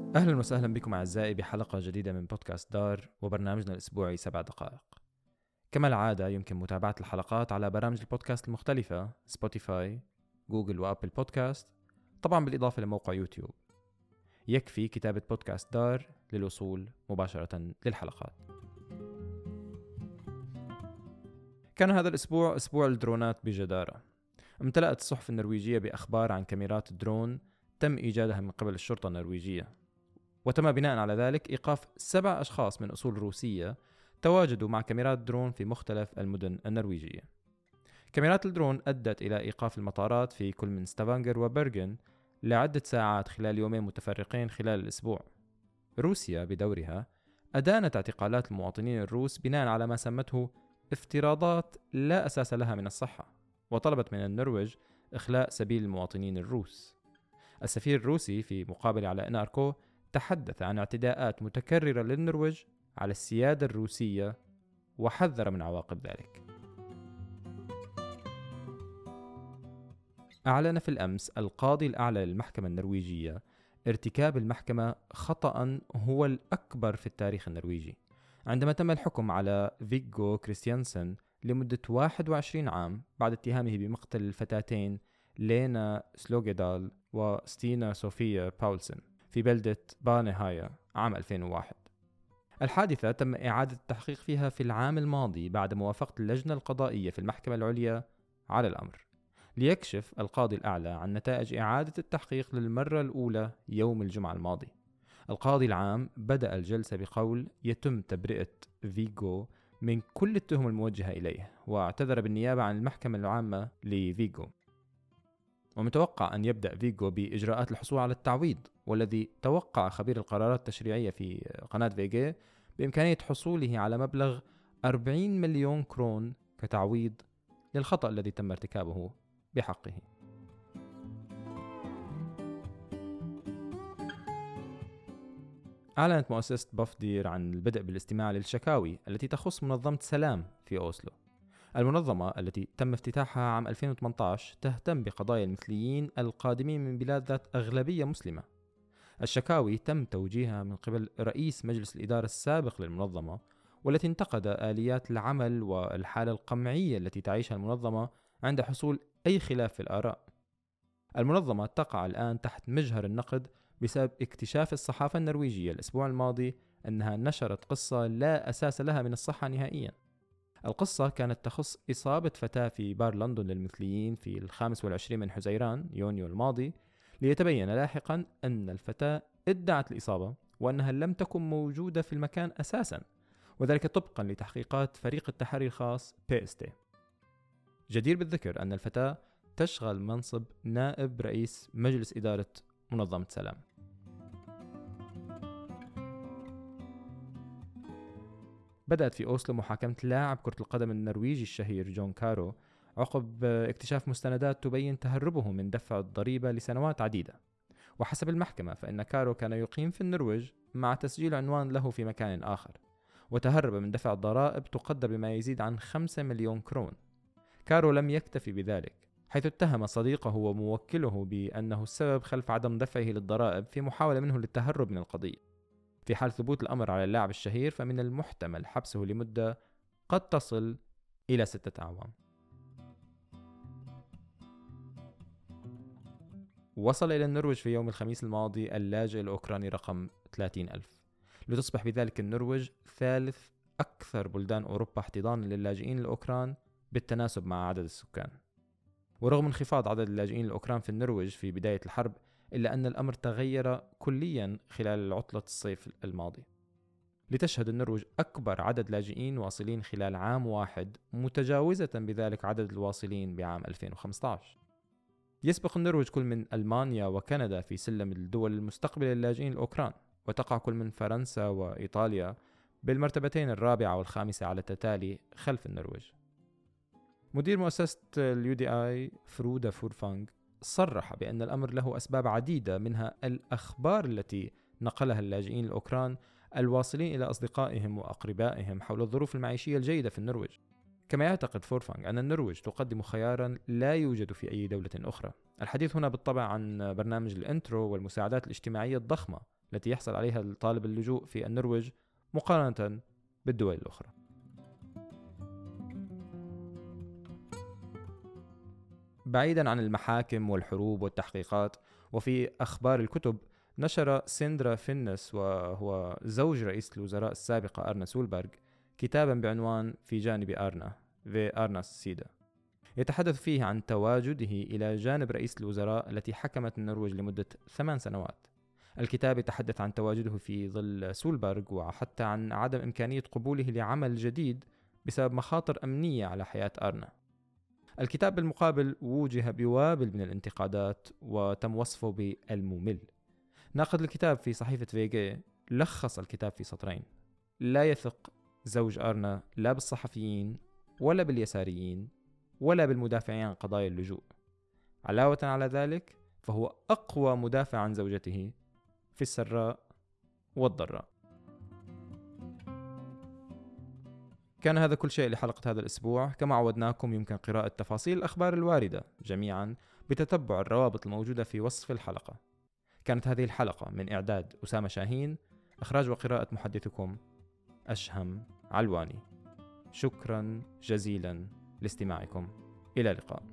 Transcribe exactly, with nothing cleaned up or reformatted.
أهلا وسهلا بكم أعزائي بحلقة جديدة من بودكاست دار وبرنامجنا الأسبوعي سبع دقائق. كما العادة يمكن متابعة الحلقات على برامج البودكاست المختلفة سبوتيفاي، جوجل وأبل بودكاست، طبعا بالإضافة لموقع يوتيوب. يكفي كتابة بودكاست دار للوصول مباشرة للحلقات. كان هذا الأسبوع أسبوع الدرونات بجدارة. امتلأت الصحف النرويجية بأخبار عن كاميرات درون تم إيجادها من قبل الشرطة النرويجية، وتم بناء على ذلك إيقاف سبع أشخاص من أصول روسية تواجدوا مع كاميرات درون في مختلف المدن النرويجية. كاميرات الدرون أدت إلى إيقاف المطارات في كل من ستافانغر وبرغن لعدة ساعات خلال يومين متفرقين خلال الأسبوع. روسيا بدورها أدانت اعتقالات المواطنين الروس بناء على ما سمته افتراضات لا أساس لها من الصحة، وطلبت من النرويج إخلاء سبيل المواطنين الروس. السفير الروسي في مقابل على إن أركو تحدث عن اعتداءات متكررة للنرويج على السيادة الروسية وحذر من عواقب ذلك. أعلن في الأمس القاضي الأعلى للمحكمة النرويجية ارتكاب المحكمة خطأ هو الأكبر في التاريخ النرويجي، عندما تم الحكم على فيغو كريستيانسن لمدة واحد وعشرين عام بعد اتهامه بمقتل الفتاتين لينا سلوغيدال وستينا صوفيا باولسن في بلدة بانهايا عام ألفين وواحد. الحادثة تم إعادة التحقيق فيها في العام الماضي بعد موافقة اللجنة القضائية في المحكمة العليا على الأمر، ليكشف القاضي الأعلى عن نتائج إعادة التحقيق للمرة الأولى يوم الجمعة الماضي. القاضي العام بدأ الجلسة بقول يتم تبرئة فيغو من كل التهم الموجهة إليه، واعتذر بالنيابة عن المحكمة العامة لفيغو. ومتوقع أن يبدأ فيغو بإجراءات الحصول على التعويض، والذي توقع خبير القرارات التشريعية في قناة فيغي بإمكانية حصوله على مبلغ أربعين مليون كرون كتعويض للخطأ الذي تم ارتكابه بحقه. أعلنت مؤسسة بافدير عن البدء بالاستماع للشكاوي التي تخص منظمة سلام في أوسلو. المنظمة التي تم افتتاحها عام ألفين وثمانية عشر تهتم بقضايا المثليين القادمين من بلاد ذات أغلبية مسلمة. الشكاوي تم توجيهها من قبل رئيس مجلس الإدارة السابق للمنظمة، والتي انتقد آليات العمل والحالة القمعية التي تعيشها المنظمة عند حصول أي خلاف في الآراء. المنظمة تقع الآن تحت مجهر النقد بسبب اكتشاف الصحافة النرويجية الأسبوع الماضي أنها نشرت قصة لا أساس لها من الصحة نهائيا. القصة كانت تخص إصابة فتاة في بار لندن للمثليين في الخامس والعشرين من حزيران يونيو الماضي، ليتبين لاحقا أن الفتاة ادعت الإصابة وأنها لم تكن موجودة في المكان أساسا، وذلك طبقا لتحقيقات فريق التحري الخاص بي إس تي. جدير بالذكر أن الفتاة تشغل منصب نائب رئيس مجلس إدارة منظمة سلام. بدأت في أوسلو محاكمة لاعب كرة القدم النرويجي الشهير جون كارو عقب اكتشاف مستندات تبين تهربه من دفع الضريبة لسنوات عديدة. وحسب المحكمة فإن كارو كان يقيم في النرويج مع تسجيل عنوان له في مكان آخر، وتهرب من دفع الضرائب تقدر بما يزيد عن خمسة مليون كرون. كارو لم يكتفي بذلك، حيث اتهم صديقه وموكله بأنه السبب خلف عدم دفعه للضرائب في محاولة منه للتهرب من القضية. في حال ثبوت الأمر على اللاعب الشهير فمن المحتمل حبسه لمدة قد تصل إلى ستة أعوام. وصل إلى النرويج في يوم الخميس الماضي اللاجئ الأوكراني رقم ثلاثين ألف، لتصبح بذلك النرويج ثالث أكثر بلدان أوروبا احتضانا للاجئين الأوكران بالتناسب مع عدد السكان. ورغم انخفاض عدد اللاجئين الأوكران في النرويج في بداية الحرب، إلا أن الأمر تغير كليا خلال عطلة الصيف الماضي، لتشهد النرويج أكبر عدد لاجئين واصلين خلال عام واحد، متجاوزة بذلك عدد الواصلين بعام ألفين وخمسة عشر. يسبق النرويج كل من ألمانيا وكندا في سلم الدول المستقبلة للاجئين الأوكران، وتقع كل من فرنسا وإيطاليا بالمرتبتين الرابعة والخامسة على التتالي خلف النرويج. مدير مؤسسة اليو دي آي فرودا فورفانغ صرح بأن الأمر له أسباب عديدة، منها الأخبار التي نقلها اللاجئين الأوكران الواصلين إلى أصدقائهم وأقربائهم حول الظروف المعيشية الجيدة في النرويج. كما يعتقد فورفانغ أن النرويج تقدم خيارا لا يوجد في أي دولة أخرى. الحديث هنا بالطبع عن برنامج الانترو والمساعدات الاجتماعية الضخمة التي يحصل عليها الطالب اللجوء في النرويج مقارنة بالدول الأخرى. بعيدا عن المحاكم والحروب والتحقيقات، وفي أخبار الكتب، نشر سيندرا فينس، وهو زوج رئيس الوزراء السابقة أرنا سولبرغ، كتابا بعنوان في جانب أرنا في أرناس سيدا، يتحدث فيه عن تواجده إلى جانب رئيس الوزراء التي حكمت النرويج لمدة ثمان سنوات. الكتاب يتحدث عن تواجده في ظل سولبرغ، وحتى عن عدم إمكانية قبوله لعمل جديد بسبب مخاطر أمنية على حياة أرنا. الكتاب بالمقابل وجه بوابل من الانتقادات وتم وصفه بالممل. ناقد الكتاب في صحيفة فيغي لخص الكتاب في سطرين: لا يثق زوج أرنا لا بالصحفيين ولا باليساريين ولا بالمدافعين عن قضايا اللجوء. علاوة على ذلك فهو أقوى مدافع عن زوجته في السراء والضراء. كان هذا كل شيء لحلقة هذا الأسبوع. كما عودناكم يمكن قراءة تفاصيل الأخبار الواردة جميعا بتتبع الروابط الموجودة في وصف الحلقة. كانت هذه الحلقة من إعداد أسامة شاهين، إخراج وقراءة محدثكم أشهم علواني. شكرا جزيلا لاستماعكم، إلى اللقاء.